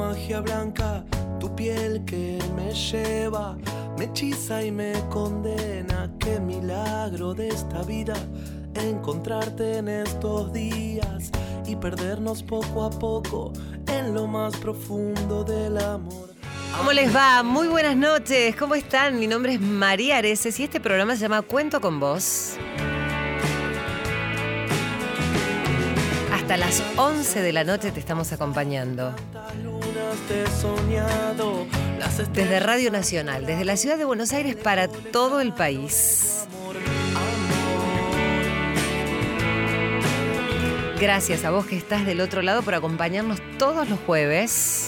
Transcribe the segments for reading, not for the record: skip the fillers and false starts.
magia blanca, tu piel que me lleva, me hechiza y me condena. Qué milagro de esta vida, encontrarte en estos días y perdernos poco a poco en lo más profundo del amor. ¿Cómo les va? Muy buenas noches, ¿cómo están? Mi nombre es María Areces y este programa se llama Cuento con Vos. Hasta las 11 de la noche te estamos acompañando. Desde Radio Nacional, desde la ciudad de Buenos Aires para todo el país. Gracias a vos que estás del otro lado por acompañarnos todos los jueves.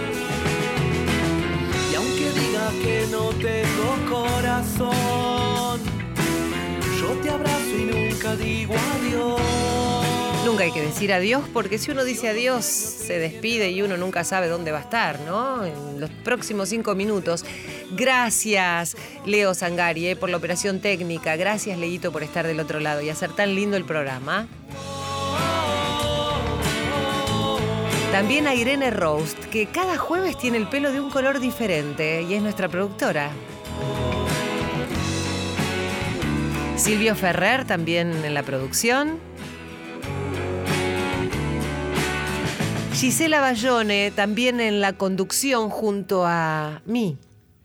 Y aunque diga que no tengo corazón, yo te abrazo y nunca digo adiós. Nunca hay que decir adiós, porque si uno dice adiós, se despide y uno nunca sabe dónde va a estar, ¿no? En los próximos 5 minutos. Gracias, Leo Zangari, por la operación técnica. Gracias, Leito, por estar del otro lado y hacer tan lindo el programa. También a Irene Roast, que cada jueves tiene el pelo de un color diferente y es nuestra productora. Silvio Ferrer, también en la producción. Gisela Bayone, también en la conducción junto a mí.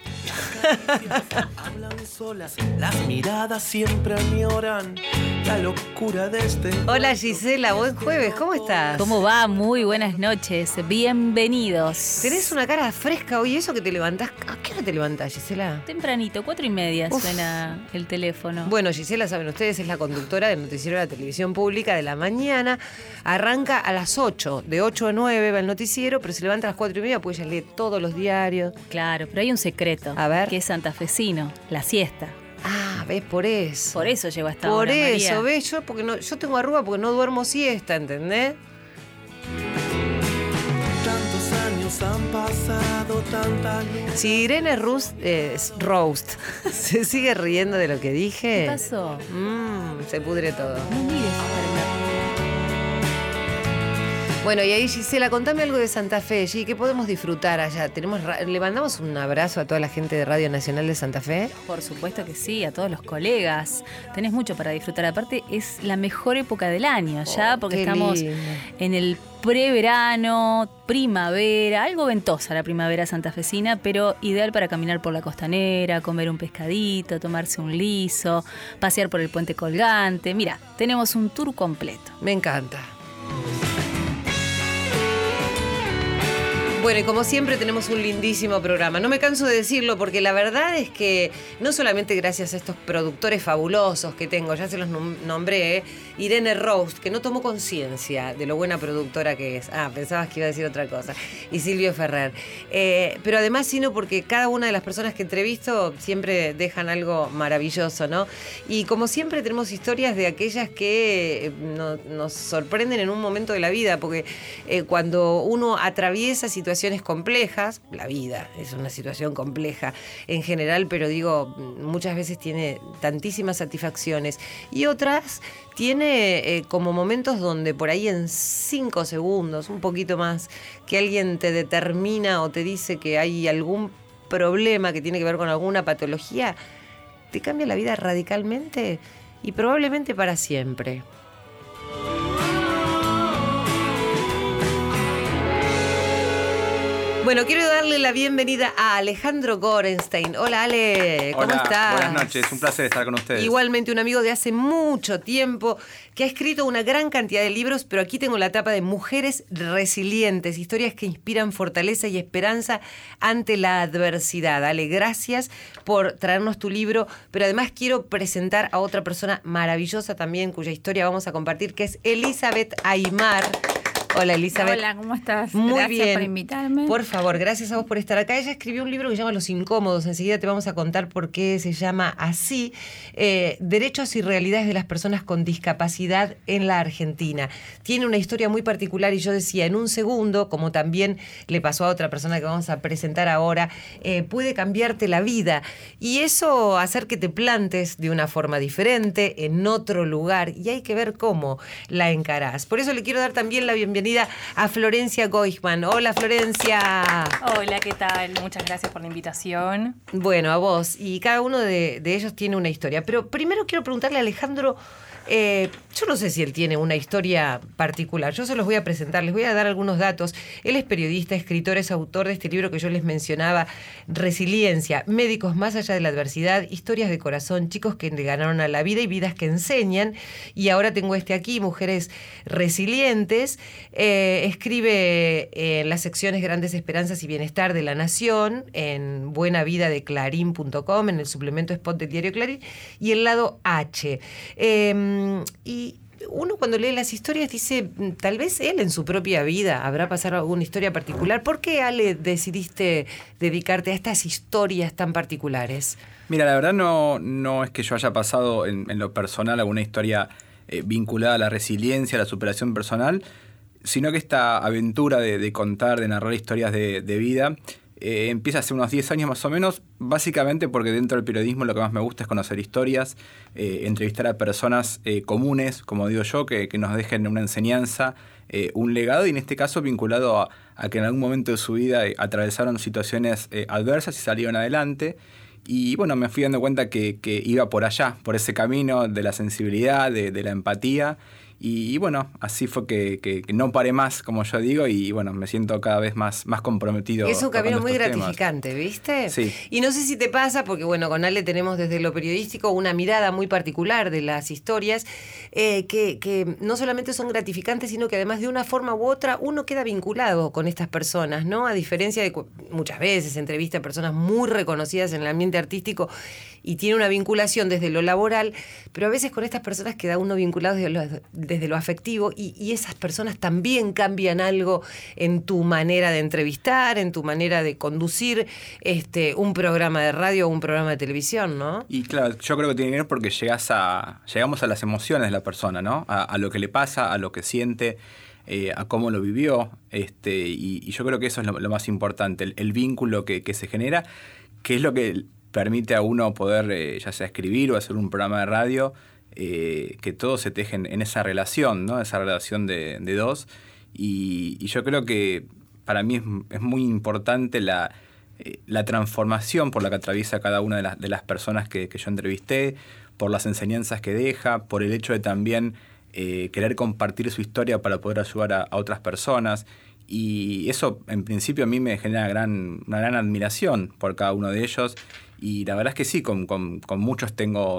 Hablan solas, las miradas siempre añoran la locura de este. Hola Gisela, buen jueves, ¿cómo estás? ¿Cómo va? Muy buenas noches, bienvenidos. Tenés una cara fresca hoy, eso que te levantás. ¿A qué hora te levantás, Gisela? Tempranito, 4:30 suena el teléfono. Bueno, Gisela, saben ustedes, es la conductora del noticiero de la televisión pública de la mañana. Arranca a las 8, de 8 a 9 va el noticiero, pero se levanta a las 4:30 porque ella lee todos los diarios. Claro, pero hay un secreto. A ver. Que es santafesino, la siesta. Ah, ves, por eso. Por eso llego hasta por ahora, eso, María. ves, yo tengo arruga porque no duermo siesta, ¿entendés? Tantos años han pasado, tantas lunas. Si Irene Roast se sigue riendo de lo que dije. ¿Qué pasó? Se pudre todo. No mires para Bueno, y ahí Gisela, contame algo de Santa Fe, G, ¿qué podemos disfrutar allá? ¿Le mandamos un abrazo a toda la gente de Radio Nacional de Santa Fe? Por supuesto que sí, a todos los colegas. Tenés mucho para disfrutar. Aparte, es la mejor época del año ya, porque estamos en el preverano, primavera, algo ventosa la primavera santafesina, pero ideal para caminar por la costanera, comer un pescadito, tomarse un liso, pasear por el puente colgante. Mira, tenemos un tour completo. Me encanta. Bueno, y como siempre tenemos un lindísimo programa. No me canso de decirlo porque la verdad es que no solamente gracias a estos productores fabulosos que tengo, ya se los nombré, Irene Roast, que no tomó conciencia de lo buena productora que es. Ah, pensabas que iba a decir otra cosa. Y Silvio Ferrer. Pero además, sino porque cada una de las personas que entrevisto siempre dejan algo maravilloso, ¿no? Y como siempre tenemos historias de aquellas que nos sorprenden en un momento de la vida, porque cuando uno atraviesa situaciones complejas, la vida es una situación compleja en general, pero digo, muchas veces tiene tantísimas satisfacciones y otras tiene como momentos donde por ahí en 5 segundos, un poquito más, que alguien te determina o te dice que hay algún problema que tiene que ver con alguna patología, te cambia la vida radicalmente y probablemente para siempre. Bueno, quiero darle la bienvenida a Alejandro Gorenstein. Hola, Ale, ¿cómo estás? Buenas noches, un placer estar con ustedes. Igualmente un amigo de hace mucho tiempo que ha escrito una gran cantidad de libros, pero aquí tengo la tapa de Mujeres Resilientes, historias que inspiran fortaleza y esperanza ante la adversidad. Ale, gracias por traernos tu libro, pero además quiero presentar a otra persona maravillosa también, cuya historia vamos a compartir, que es Elizabeth Aymar. Hola, Elizabeth. Hola, ¿cómo estás? Muy Gracias bien. por invitarme. Por favor, gracias a vos por estar acá. Ella escribió un libro que se llama Los Incómodos. Enseguida te vamos a contar por qué se llama así. Derechos y realidades de las personas con discapacidad en la Argentina. Tiene una historia muy particular y yo decía, en un segundo, como también le pasó a otra persona que vamos a presentar ahora, puede cambiarte la vida. Y eso hacer que te plantes de una forma diferente, en otro lugar. Y hay que ver cómo la encarás. Por eso le quiero dar también la bienvenida bienvenida a Florencia Goichman. Hola, Florencia. Hola, ¿qué tal? Muchas gracias por la invitación. Bueno, a vos. Y cada uno de ellos tiene una historia. Pero primero quiero preguntarle a Alejandro, yo no sé si él tiene una historia particular. Yo se los voy a presentar, les voy a dar algunos datos. Él es periodista, escritor, es autor de este libro que yo les mencionaba, Resiliencia, médicos más allá de la adversidad, historias de corazón, chicos que le ganaron a la vida y vidas que enseñan. Y ahora tengo este aquí, Mujeres Resilientes. Escribe en las secciones Grandes Esperanzas y Bienestar de La Nación, en Buena Vida de Clarín.com, en el suplemento Spot del diario Clarín, y el lado H. Y uno cuando lee las historias dice, tal vez él en su propia vida habrá pasado alguna historia particular. ¿Por qué, Ale, decidiste dedicarte a estas historias tan particulares? Mira, la verdad no es que yo haya pasado en lo personal alguna historia vinculada a la resiliencia, a la superación personal, sino que esta aventura de contar, de narrar historias de vida, empieza hace unos 10 años más o menos, básicamente porque dentro del periodismo lo que más me gusta es conocer historias, entrevistar a personas comunes, como digo yo, que nos dejen una enseñanza, un legado, y en este caso vinculado a que en algún momento de su vida atravesaron situaciones adversas y salieron adelante. Y bueno, me fui dando cuenta que iba por allá, por ese camino de la sensibilidad, de la empatía. Y bueno, así fue que no paré más, como yo digo, y bueno, me siento cada vez más comprometido. Es un camino muy gratificante, ¿viste? Sí. Y no sé si te pasa, porque bueno, con Ale tenemos desde lo periodístico una mirada muy particular de las historias, que no solamente son gratificantes, sino que además de una forma u otra uno queda vinculado con estas personas, ¿no? A diferencia de muchas veces entrevista a personas muy reconocidas en el ambiente artístico y tiene una vinculación desde lo laboral, pero a veces con estas personas queda uno vinculado desde lo afectivo, y esas personas también cambian algo en tu manera de entrevistar, en tu manera de conducir un programa de radio o un programa de televisión, ¿no? Y claro, yo creo que tiene que ver porque llegamos a las emociones de la persona, ¿no? A lo que le pasa, a lo que siente, a cómo lo vivió, y yo creo que eso es lo más importante, el vínculo que se genera, que es lo que permite a uno poder ya sea escribir o hacer un programa de radio, que todos se tejen en esa relación, ¿no? Esa relación de dos. Y yo creo que para mí es muy importante la transformación por la que atraviesa cada una de las personas que yo entrevisté, por las enseñanzas que deja, por el hecho de también querer compartir su historia para poder ayudar a otras personas. Y eso, en principio, a mí me genera una gran admiración por cada uno de ellos. Y la verdad es que sí, con muchos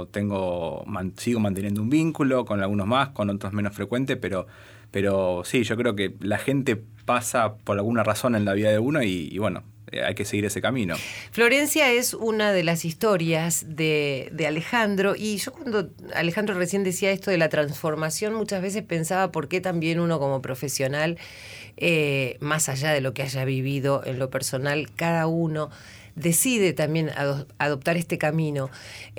sigo manteniendo un vínculo, con algunos más, con otros menos frecuente, pero sí, yo creo que la gente pasa por alguna razón en la vida de uno y bueno, hay que seguir ese camino. Florencia es una de las historias de Alejandro, y yo cuando Alejandro recién decía esto de la transformación, muchas veces pensaba por qué también uno como profesional, más allá de lo que haya vivido en lo personal, cada uno decide también adoptar este camino,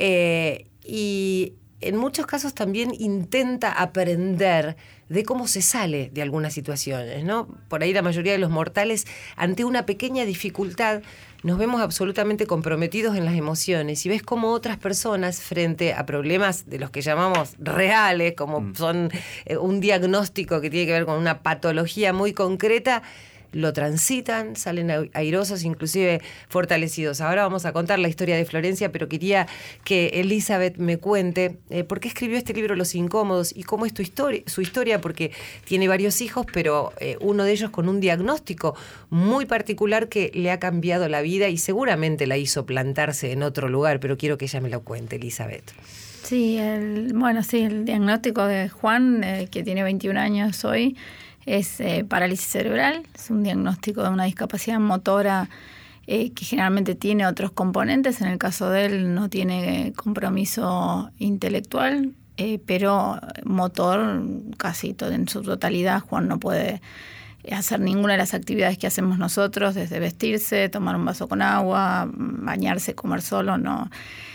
y en muchos casos también intenta aprender de cómo se sale de algunas situaciones, ¿no? Por ahí la mayoría de los mortales, ante una pequeña dificultad, nos vemos absolutamente comprometidos en las emociones, y ves cómo otras personas, frente a problemas de los que llamamos reales, como son un diagnóstico que tiene que ver con una patología muy concreta, lo transitan, salen airosos, inclusive fortalecidos. Ahora vamos a contar la historia de Florencia, pero quería que Elizabeth me cuente por qué escribió este libro Los Incómodos y cómo es su historia, porque tiene varios hijos, pero uno de ellos con un diagnóstico muy particular que le ha cambiado la vida y seguramente la hizo plantarse en otro lugar, pero quiero que ella me lo cuente, Elizabeth. Sí, el diagnóstico de Juan, que tiene 21 años hoy, es parálisis cerebral. Es un diagnóstico de una discapacidad motora que generalmente tiene otros componentes. En el caso de él no tiene compromiso intelectual, pero motor casi en su totalidad. Juan no puede hacer ninguna de las actividades que hacemos nosotros, desde vestirse, tomar un vaso con agua, bañarse, comer solo, no.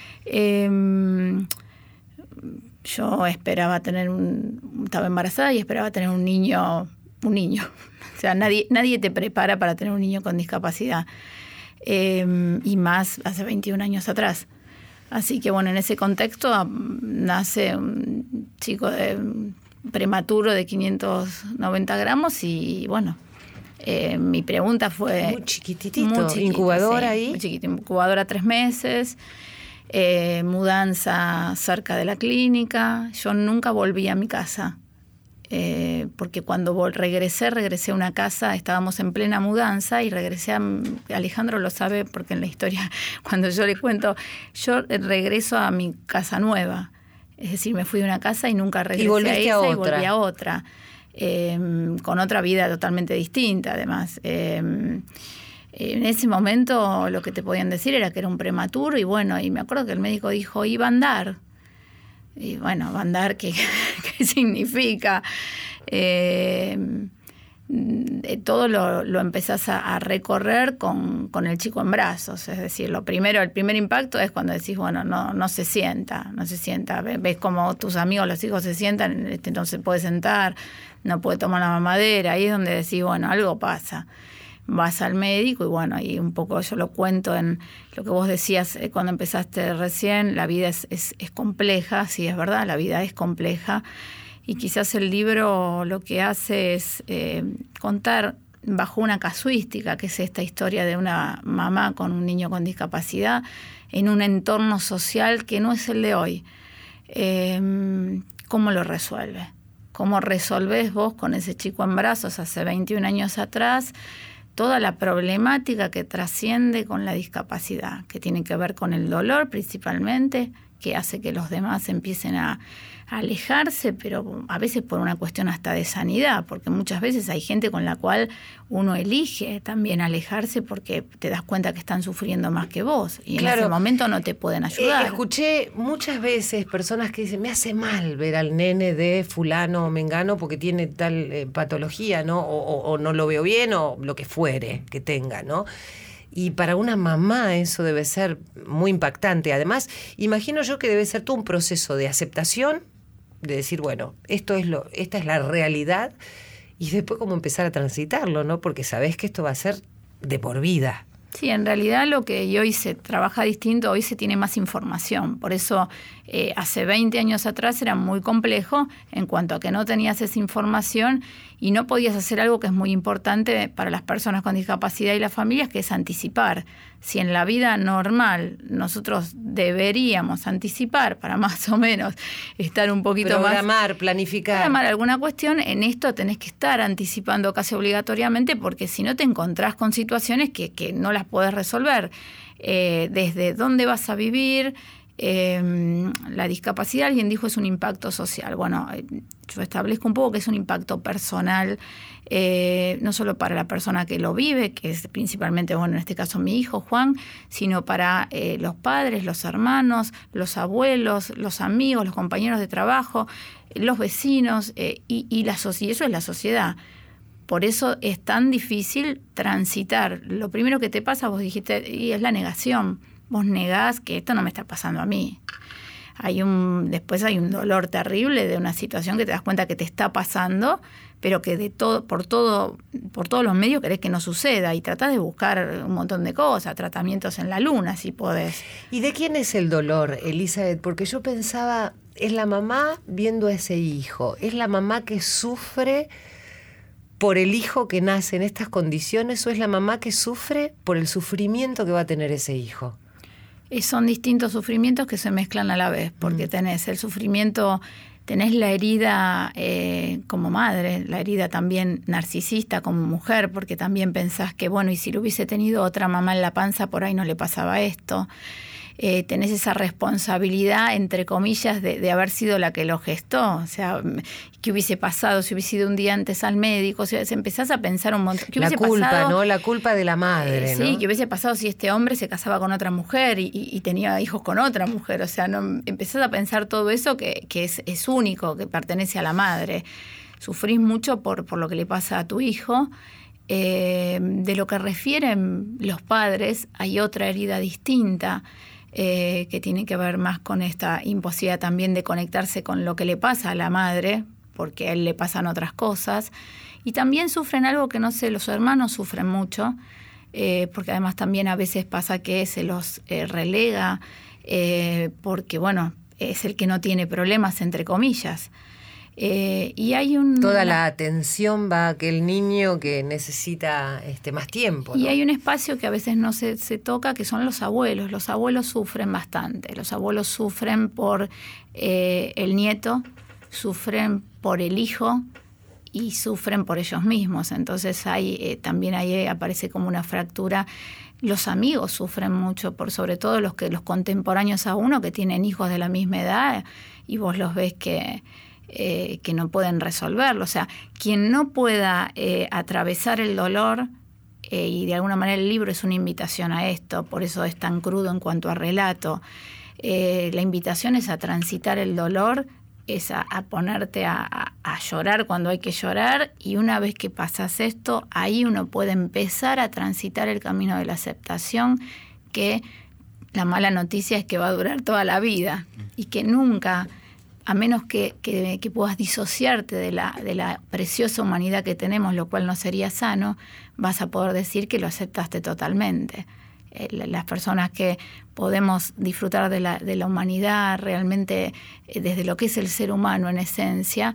Yo esperaba estaba embarazada y esperaba tener un niño. O sea, nadie te prepara para tener un niño con discapacidad, y más hace 21 años atrás. Así que bueno, en ese contexto nace un chico de prematuro de 590 gramos y bueno, mi pregunta fue... Muy chiquitito, incubadora ahí. Muy chiquitito, incubadora 3 meses, mudanza cerca de la clínica. Yo nunca volví a mi casa, porque cuando regresé a una casa, estábamos en plena mudanza y regresé Alejandro lo sabe porque en la historia, cuando yo le cuento, yo regreso a mi casa nueva. Es decir, me fui de una casa y nunca regresé a esa y volví a otra. Con otra vida totalmente distinta, además. En ese momento lo que te podían decir era que era un prematuro y bueno, y me acuerdo que el médico dijo, iba a andar. Y bueno, va a andar, ¿qué significa? Todo lo empezás a recorrer con el chico en brazos. Es decir, el primer impacto es cuando decís, bueno, no se sienta. Ves como tus amigos, los hijos se sientan, no se puede sentar, no puede tomar la mamadera. Ahí es donde decís, bueno, algo pasa. Vas al médico y bueno, y un poco yo lo cuento en lo que vos decías cuando empezaste recién, la vida es compleja, sí, es verdad, la vida es compleja. Y quizás el libro lo que hace es contar bajo una casuística, que es esta historia de una mamá con un niño con discapacidad en un entorno social que no es el de hoy. ¿Cómo lo resuelve? ¿Cómo resolvés vos con ese chico en brazos hace 21 años atrás toda la problemática que trasciende con la discapacidad, que tiene que ver con el dolor principalmente, que hace que los demás empiecen a alejarse, pero a veces por una cuestión hasta de sanidad, porque muchas veces hay gente con la cual uno elige también alejarse porque te das cuenta que están sufriendo más que vos y en ese momento no te pueden ayudar. Escuché muchas veces personas que dicen, me hace mal ver al nene de fulano o mengano porque tiene tal patología, ¿no? O no lo veo bien o lo que fuere que tenga, ¿no? Y para una mamá eso debe ser muy impactante. Además, imagino yo que debe ser todo un proceso de aceptación, de decir, bueno, esta es la realidad, y después como empezar a transitarlo, ¿no? Porque sabés que esto va a ser de por vida. Sí, en realidad lo que hoy se trabaja distinto, hoy se tiene más información. Por eso hace 20 años atrás era muy complejo en cuanto a que no tenías esa información y no podías hacer algo que es muy importante para las personas con discapacidad y las familias, que es anticipar. Si en la vida normal nosotros deberíamos anticipar para más o menos estar un poquito programar, planificar. Programar alguna cuestión, en esto tenés que estar anticipando casi obligatoriamente, porque si no te encontrás con situaciones que no las podés resolver. Desde dónde vas a vivir, la discapacidad, alguien dijo, es un impacto social. Bueno, yo establezco un poco que es un impacto personal, no solo para la persona que lo vive, que es principalmente, bueno, en este caso mi hijo Juan, sino para los padres, los hermanos, los abuelos, los amigos, los compañeros de trabajo, los vecinos, y eso es la sociedad. Por eso es tan difícil transitar. Lo primero que te pasa, vos dijiste, y es la negación. Vos negás que esto no me está pasando a mí. Después hay un dolor terrible de una situación que te das cuenta que te está pasando, pero que por todos los medios querés que no suceda y tratás de buscar un montón de cosas, tratamientos en la luna si podés. ¿Y de quién es el dolor, Elizabeth? Porque yo pensaba, es la mamá viendo a ese hijo, es la mamá que sufre por el hijo que nace en estas condiciones, o es la mamá que sufre por el sufrimiento que va a tener ese hijo. Son distintos sufrimientos que se mezclan a la vez, porque tenés el sufrimiento, tenés la herida como madre, la herida también narcisista como mujer, porque también pensás que, bueno, y si lo hubiese tenido otra mamá en la panza, por ahí no le pasaba esto. Tenés esa responsabilidad, entre comillas, de haber sido la que lo gestó. O sea, ¿qué hubiese pasado si hubiese ido un día antes al médico? O sea, empezás a pensar un montón. ¿Qué la culpa, pasado? ¿no? La culpa de la madre, ¿no? Sí, ¿qué hubiese pasado si este hombre se casaba con otra mujer y tenía hijos con otra mujer? O sea, empezás a pensar todo eso que es único, que pertenece a la madre. Sufrís mucho por lo que le pasa a tu hijo. De lo que refieren los padres, hay otra herida distinta, que tiene que ver más con esta imposibilidad también de conectarse con lo que le pasa a la madre, porque a él le pasan otras cosas. Y también sufren algo que no sé, los hermanos sufren mucho, porque además también a veces pasa que se los relega, porque bueno, es el que no tiene problemas, entre comillas. Y hay toda la atención va a aquel niño que necesita más tiempo, ¿no? Y hay un espacio que a veces no se toca, que son los abuelos. Los abuelos sufren bastante. Los abuelos sufren por el nieto, sufren por el hijo y sufren por ellos mismos. Entonces también ahí aparece como una fractura. Los amigos sufren mucho, sobre todo los contemporáneos a uno, que tienen hijos de la misma edad, y vos los ves que no pueden resolverlo. O sea, quien no pueda atravesar el dolor, y de alguna manera el libro es una invitación a esto, por eso es tan crudo en cuanto a relato, la invitación es a transitar el dolor, es a ponerte a llorar cuando hay que llorar, y una vez que pasas esto, ahí uno puede empezar a transitar el camino de la aceptación, que la mala noticia es que va a durar toda la vida y que nunca, a menos que puedas disociarte de la preciosa humanidad que tenemos, lo cual no sería sano, vas a poder decir que lo aceptaste totalmente. Las personas que podemos disfrutar de la humanidad realmente desde lo que es el ser humano en esencia,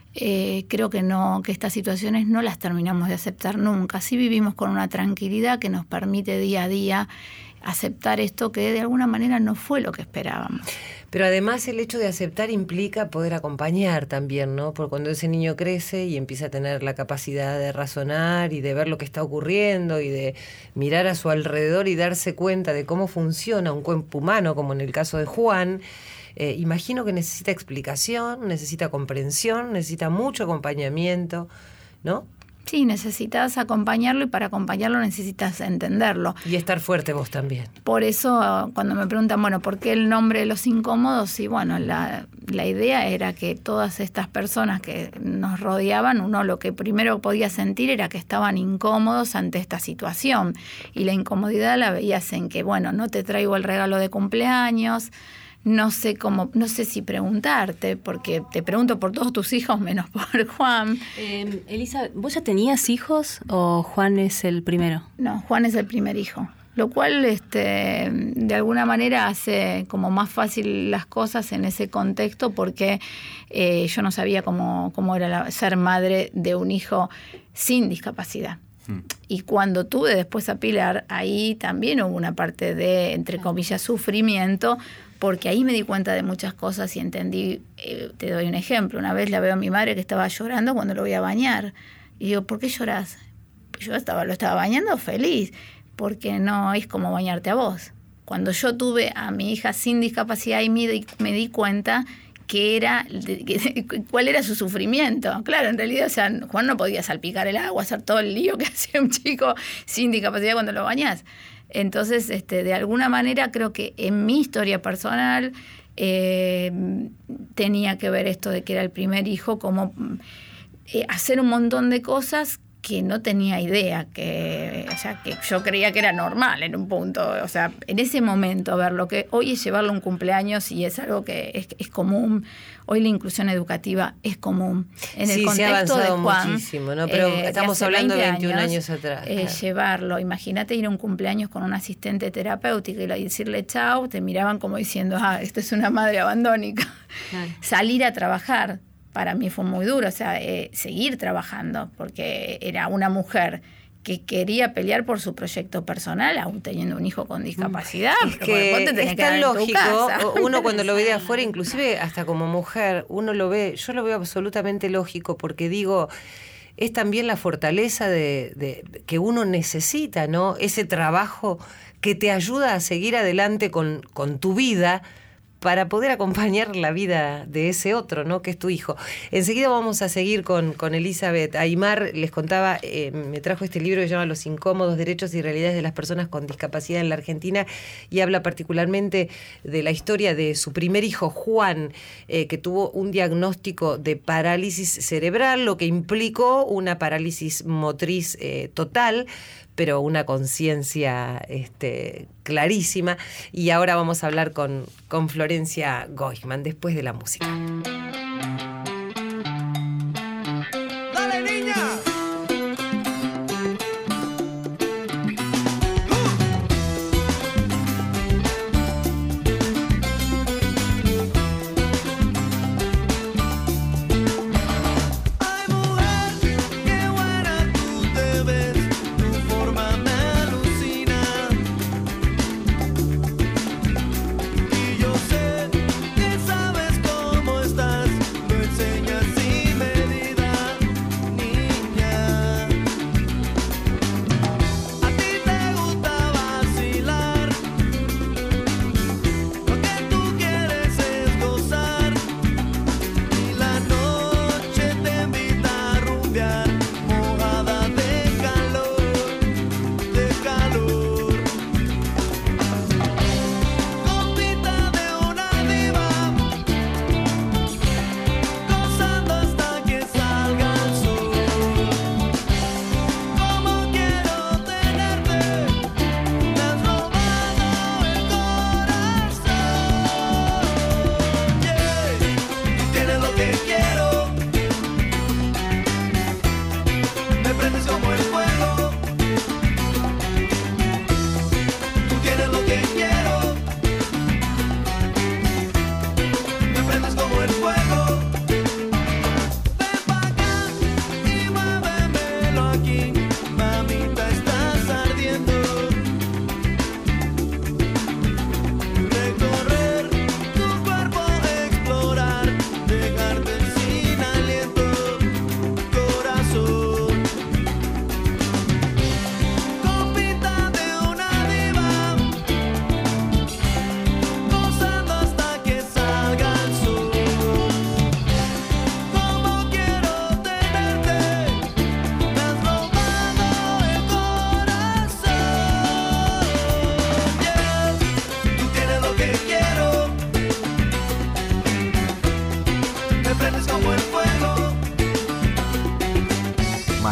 creo que estas situaciones no las terminamos de aceptar nunca. Sí vivimos con una tranquilidad que nos permite día a día aceptar esto que de alguna manera no fue lo que esperábamos. Pero además el hecho de aceptar implica poder acompañar también, ¿no? Porque cuando ese niño crece y empieza a tener la capacidad de razonar y de ver lo que está ocurriendo y de mirar a su alrededor y darse cuenta de cómo funciona un cuerpo humano, como en el caso de Juan, imagino que necesita explicación, necesita comprensión, necesita mucho acompañamiento, ¿no? Sí, necesitas acompañarlo, y para acompañarlo necesitas entenderlo. Y estar fuerte vos también. Por eso, cuando me preguntan, bueno, ¿por qué el nombre de Los Incómodos? Y bueno, la idea era que todas estas personas que nos rodeaban, uno lo que primero podía sentir era que estaban incómodos ante esta situación. Y la incomodidad la veías en que, bueno, no te traigo el regalo de cumpleaños, no sé si preguntarte, porque te pregunto por todos tus hijos menos por Juan. Elisa, ¿vos ya tenías hijos o Juan es el primero? No, Juan es el primer hijo, lo cual de alguna manera hace como más fácil las cosas en ese contexto, porque yo no sabía cómo era ser madre de un hijo sin discapacidad. Y cuando tuve después a Pilar, ahí también hubo una parte de, entre comillas, sufrimiento, porque ahí me di cuenta de muchas cosas y entendí. Te doy un ejemplo. Una vez la veo a mi madre que estaba llorando cuando lo voy a bañar. Y digo, ¿por qué llorás? Yo lo estaba bañando feliz, porque no es como bañarte a vos. Cuando yo tuve a mi hija sin discapacidad, y me di cuenta cuál era su sufrimiento. Claro, en realidad, o sea, Juan no podía salpicar el agua, hacer todo el lío que hacía un chico sin discapacidad cuando lo bañás. Entonces, de alguna manera, creo que en mi historia personal tenía que ver esto de que era el primer hijo, como hacer un montón de cosas que no tenía idea, que yo creía que era normal en un punto. O sea, en ese momento, ver lo que hoy es llevarlo a un cumpleaños, y es algo que es común. Hoy la inclusión educativa es común. En el contexto de Juan, muchísimo, ¿no? Pero estamos hablando de 21 años atrás. Claro. Llevarlo, imagínate ir a un cumpleaños con un asistente terapéutico y decirle chau, te miraban como diciendo, esto es una madre abandónica. Claro. Salir a trabajar, para mí fue muy duro, o sea, seguir trabajando, porque era una mujer que quería pelear por su proyecto personal, aún teniendo un hijo con discapacidad. Es que es tan lógico, uno cuando lo ve de afuera, inclusive hasta como mujer, yo lo veo absolutamente lógico, porque digo, es también la fortaleza de que uno necesita, ¿no? Ese trabajo que te ayuda a seguir adelante con tu vida, para poder acompañar la vida de ese otro, ¿no? Que es tu hijo. Enseguida vamos a seguir con Elizabeth. Aymar, les contaba, me trajo este libro que se llama Los incómodos derechos y realidades de las personas con discapacidad en la Argentina, y habla particularmente de la historia de su primer hijo, Juan, que tuvo un diagnóstico de parálisis cerebral, lo que implicó una parálisis motriz total, pero una conciencia clarísima. Y ahora vamos a hablar con Florencia Goigman después de la música. ¡Dale, niña!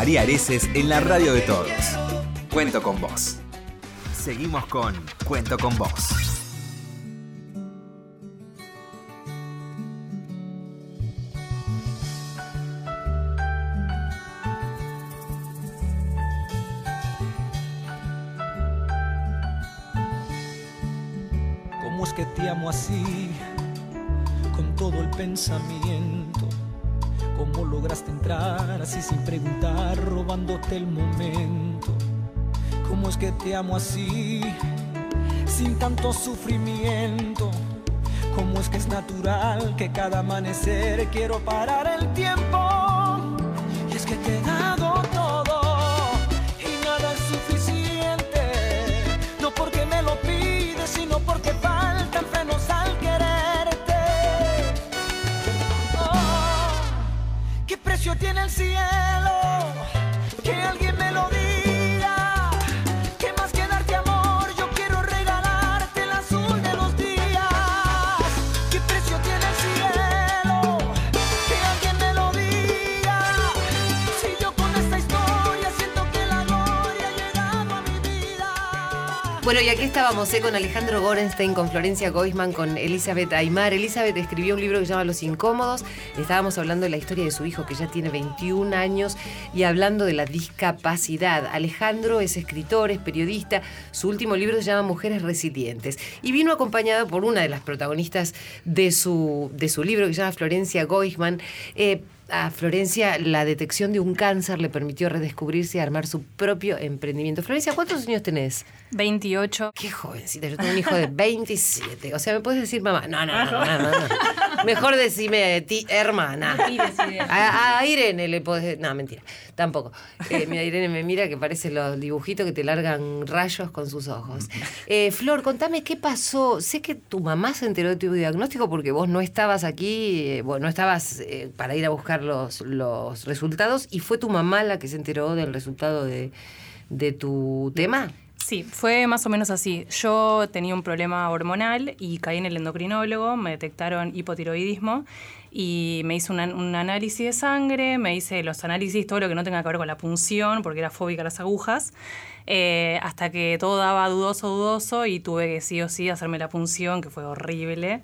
María Areces en la radio de todos. Cuento con vos. Seguimos con Cuento con vos. ¿Cómo es que te amo así, con todo el pensamiento? ¿Cómo lograste entrar así sin preguntar, robándote el momento? ¿Cómo es que te amo así, sin tanto sufrimiento? ¿Cómo es que es natural que cada amanecer quiero parar el tiempo? Y es que te he dado todo y nada es suficiente, no porque me lo pides, sino porque faltan frenos al quererte. Oh, ¿qué precio tiene el cielo? Que alguien me lo diga. ¿Qué más que darte amor? Yo quiero regalarte el azul de los días. ¿Qué precio tiene el cielo? Que alguien me lo diga. Si yo con esta historia siento que la gloria ha llegado a mi vida. Bueno, y aquí estábamos con Alejandro Gorenstein, con Florencia Goisman, con Elizabeth Aymar. Elizabeth escribió un libro que se llama Los Incómodos. Estábamos hablando de la historia de su hijo, que ya tiene 21 años, y hablando de la discapacidad. Alejandro es escritor, es periodista. Su último libro se llama Mujeres Resilientes. Y vino acompañado por una de las protagonistas de su libro, que se llama Florencia Goisman. A Florencia, la detección de un cáncer le permitió redescubrirse y armar su propio emprendimiento. Florencia, ¿cuántos años tenés? 28. Qué jovencita, yo tengo un hijo de 27. O sea, ¿me puedes decir mamá? No. Mejor decime hermana. A Irene le podés decir. No, mentira, tampoco. Mira, Irene me mira que parece los dibujitos que te largan rayos con sus ojos. Flor, contame qué pasó. Sé que tu mamá se enteró de tu diagnóstico porque vos no estabas aquí, no estabas para ir a buscar los resultados, y fue tu mamá la que se enteró del resultado de tu tema. Sí, fue más o menos así. Yo tenía un problema hormonal y caí en el endocrinólogo, me detectaron hipotiroidismo y me hizo un análisis de sangre, me hice los análisis, todo lo que no tenga que ver con la punción, porque era fóbica a las agujas, hasta que todo daba dudoso y tuve que sí o sí hacerme la punción, que fue horrible.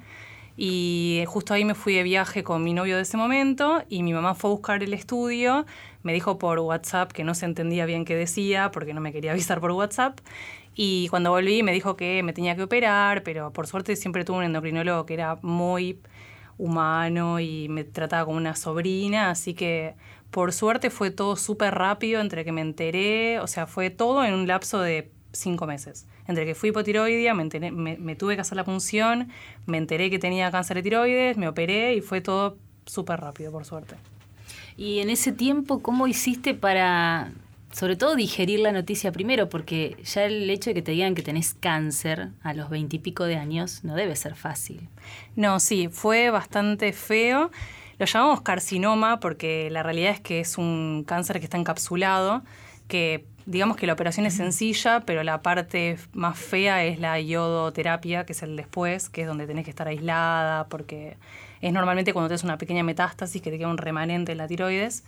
Y justo ahí me fui de viaje con mi novio de ese momento y mi mamá fue a buscar el estudio, me dijo por WhatsApp que no se entendía bien qué decía porque no me quería avisar por WhatsApp, y cuando volví me dijo que me tenía que operar, pero por suerte siempre tuve un endocrinólogo que era muy humano y me trataba como una sobrina, así que por suerte fue todo súper rápido entre que me enteré, o sea, fue todo en un lapso de 5 meses. Entre que fui hipotiroidea, me tuve que hacer la punción, me enteré que tenía cáncer de tiroides, me operé y fue todo súper rápido, por suerte. Y en ese tiempo, ¿cómo hiciste para, sobre todo, digerir la noticia primero? Porque ya el hecho de que te digan que tenés cáncer a los 20 y pico de años no debe ser fácil. No, sí, fue bastante feo. Lo llamamos carcinoma porque la realidad es que es un cáncer que está encapsulado, que digamos que la operación es sencilla, pero la parte más fea es la iodoterapia, que es el después, que es donde tenés que estar aislada, porque es normalmente cuando tenés una pequeña metástasis que te queda un remanente en la tiroides.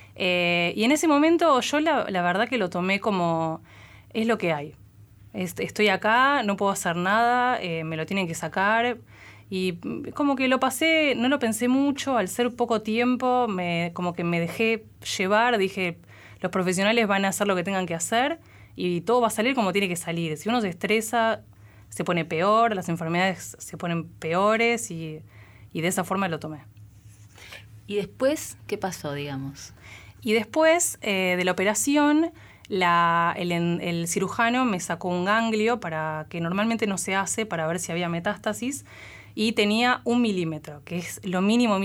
Y en ese momento yo la verdad que lo tomé como, es lo que hay. Estoy acá, no puedo hacer nada, me lo tienen que sacar. Y como que lo pasé, no lo pensé mucho, al ser poco tiempo, como que me dejé llevar, dije, los profesionales van a hacer lo que tengan que hacer y todo va a salir como tiene que salir. Si uno se estresa, se pone peor, las enfermedades se ponen peores y de esa forma lo tomé. ¿Y después qué pasó, digamos? Y después de la operación, el cirujano me sacó un ganglio que normalmente no se hace para ver si había metástasis, y tenía 1 milímetro, que es lo mínimo.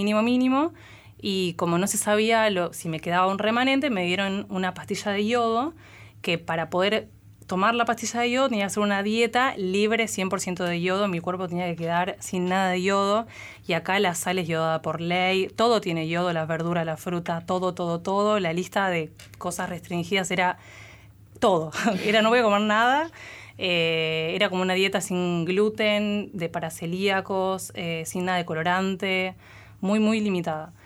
Y como no se sabía si me quedaba un remanente, me dieron una pastilla de yodo, que para poder tomar la pastilla de yodo tenía que hacer una dieta libre 100% de yodo. Mi cuerpo tenía que quedar sin nada de yodo. Y acá la sal es yodada por ley. Todo tiene yodo, las verduras, la fruta, todo. La lista de cosas restringidas era todo. Era no voy a comer nada. Era como una dieta sin gluten, para celíacos, sin nada de colorante, muy, muy limitada.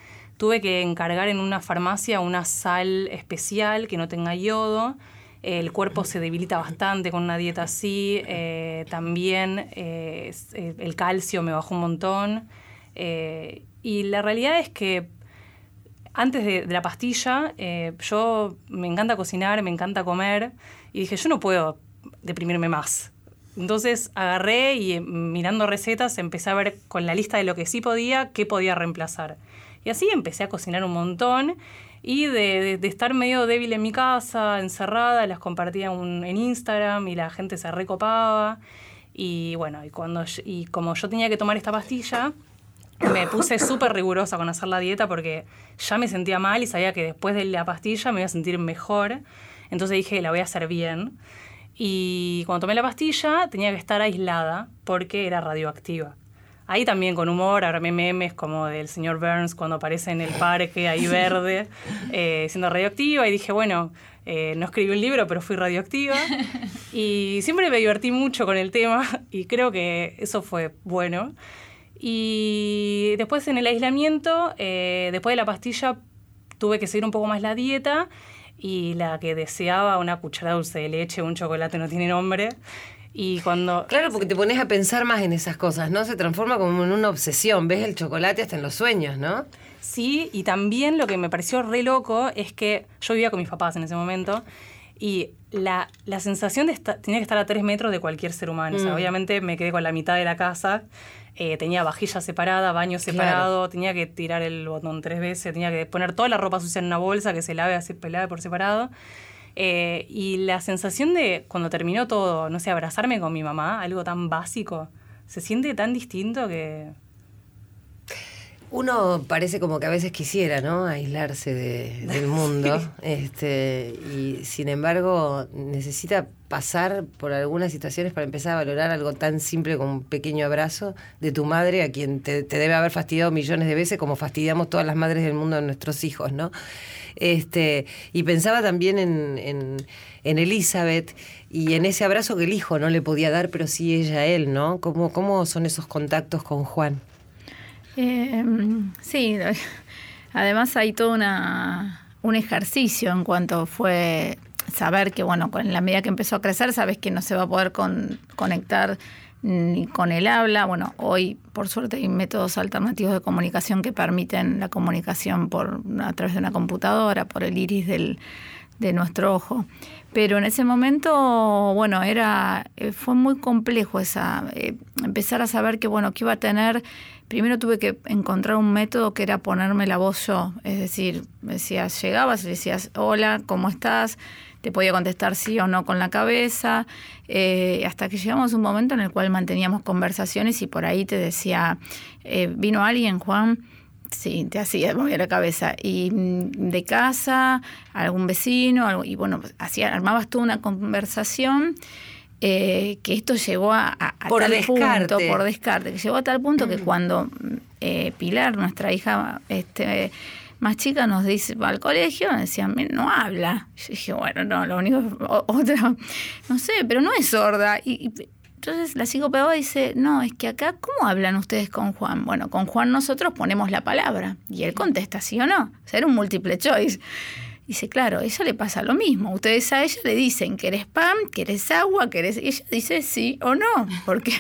tuve que encargar en una farmacia una sal especial que no tenga yodo. El cuerpo se debilita bastante con una dieta así. También el calcio me bajó un montón. Y la realidad es que antes de la pastilla, yo me encanta cocinar, me encanta comer. Y dije, yo no puedo deprimirme más. Entonces agarré y mirando recetas empecé a ver con la lista de lo que sí podía, qué podía reemplazar. Y así empecé a cocinar un montón y de estar medio débil en mi casa, encerrada, las compartía en Instagram y la gente se recopaba. Y bueno, y como yo tenía que tomar esta pastilla, me puse súper rigurosa con hacer la dieta porque ya me sentía mal y sabía que después de la pastilla me iba a sentir mejor. Entonces dije, la voy a hacer bien. Y cuando tomé la pastilla tenía que estar aislada porque era radioactiva. Ahí también con humor, armé memes como del señor Burns cuando aparece en el parque ahí verde, siendo radioactiva. Y dije, bueno, no escribí un libro, pero fui radioactiva. Y siempre me divertí mucho con el tema y creo que eso fue bueno. Y después en el aislamiento, después de la pastilla, tuve que seguir un poco más la dieta. Y la que deseaba una cucharada dulce de leche, un chocolate no tiene nombre. Y cuando... Claro, porque te pones a pensar más en esas cosas, ¿no? Se transforma como en una obsesión. Ves el chocolate hasta en los sueños, ¿no? Sí, y también lo que me pareció re loco es que yo vivía con mis papás en ese momento y la sensación de tenía que estar a 3 metros de cualquier ser humano. O sea, obviamente me quedé con la mitad de la casa. Tenía vajilla separada, baño separado, claro. Tenía que tirar el botón 3 veces, tenía que poner toda la ropa sucia en una bolsa que se lave así pelada por separado. Y la sensación de cuando terminó todo, no sé, abrazarme con mi mamá, algo tan básico, se siente tan distinto que... Uno parece como que a veces quisiera, ¿no?, aislarse del mundo, y sin embargo necesita pasar por algunas situaciones para empezar a valorar algo tan simple como un pequeño abrazo de tu madre, a quien te debe haber fastidiado millones de veces, como fastidiamos todas las madres del mundo a nuestros hijos, ¿no? Y pensaba también en Elizabeth y en ese abrazo que el hijo no le podía dar, pero sí ella a él, ¿no? ¿Cómo son esos contactos con Juan? Sí, además hay todo un ejercicio en cuanto fue saber que, bueno, en la medida que empezó a crecer, sabes que no se va a poder conectar ni con el habla. Bueno, hoy, por suerte, hay métodos alternativos de comunicación que permiten la comunicación a través de una computadora, por el iris de nuestro ojo. Pero en ese momento, bueno, fue muy complejo empezar a saber que, bueno, que iba a tener... Primero tuve que encontrar un método que era ponerme la voz yo. Es decir, llegabas y decías, hola, ¿cómo estás? Te podía contestar sí o no con la cabeza, hasta que llegamos a un momento en el cual manteníamos conversaciones y por ahí te decía, ¿vino alguien, Juan? Sí, te hacía mover la cabeza. Y de casa, algún vecino, y bueno, armabas toda una conversación. Que esto llegó a tal punto, por descarte, que llegó a tal punto que cuando Pilar, nuestra hija más chica, nos dice, va al colegio, decían, no habla. Yo dije, bueno, no, lo único, otra, no sé, pero no es sorda. Y entonces la psicopedagoga dice, no, es que acá, ¿cómo hablan ustedes con Juan? Bueno, con Juan nosotros ponemos la palabra y él contesta sí o no. O sea, era un multiple choice. Dice, claro, a ella le pasa lo mismo. Ustedes a ella le dicen, ¿querés pan? ¿Querés agua? Y ella dice sí o no. Porque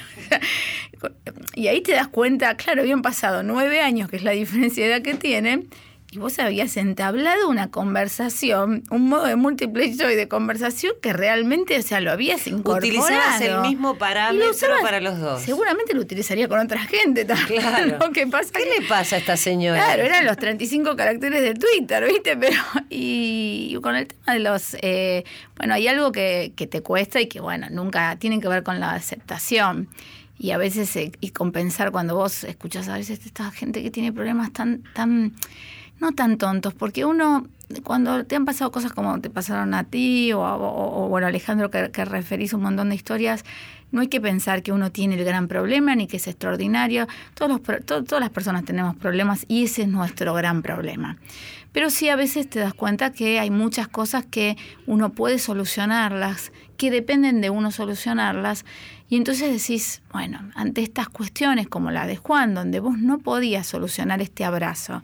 y ahí te das cuenta, claro, habían pasado 9 años, que es la diferencia de edad que tienen, y vos habías entablado una conversación, un modo de múltiple choice de conversación que realmente, o sea, lo habías incorporado. Utilizabas el mismo parámetro para los dos. Seguramente lo utilizaría con otra gente también. Claro. ¿Qué le pasa a esta señora? Claro, eran los 35 caracteres de Twitter, ¿viste? Pero, y con el tema de los... bueno, hay algo que te cuesta y que, bueno, nunca tienen que ver con la aceptación. Y a veces, y compensar cuando vos escuchás a veces esta gente que tiene problemas tan no tan tontos, porque uno, cuando te han pasado cosas como te pasaron a ti o bueno, Alejandro, que referís un montón de historias, no hay que pensar que uno tiene el gran problema ni que es extraordinario. Todas las personas tenemos problemas y ese es nuestro gran problema. Pero sí, a veces te das cuenta que hay muchas cosas que uno puede solucionarlas, que dependen de uno solucionarlas, y entonces decís, bueno, ante estas cuestiones como la de Juan, donde vos no podías solucionar este abrazo,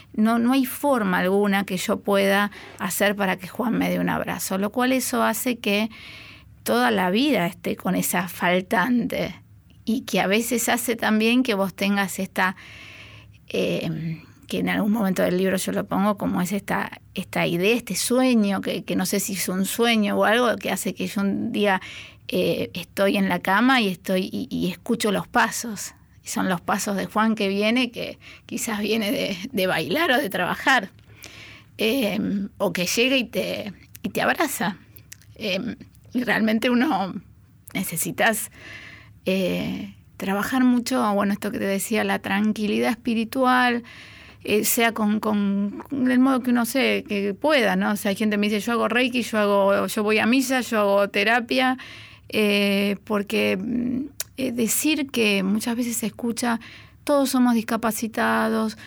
no hay forma alguna que yo pueda hacer para que Juan me dé un abrazo, lo cual eso hace que toda la vida esté con esa faltante y que a veces hace también que vos tengas esta, que en algún momento del libro yo lo pongo como es esta idea, este sueño, que no sé si es un sueño o algo que hace que yo un día estoy en la cama y escucho los pasos. Son los pasos de Juan que viene, que quizás viene de bailar o de trabajar, o que llega y te abraza. Y realmente uno necesitas trabajar mucho, bueno, esto que te decía, la tranquilidad espiritual, sea con el modo que uno que pueda, ¿no? O sea, hay gente que me dice, yo hago Reiki, yo voy a misa, yo hago terapia, porque decir que muchas veces se escucha, todos somos discapacitados.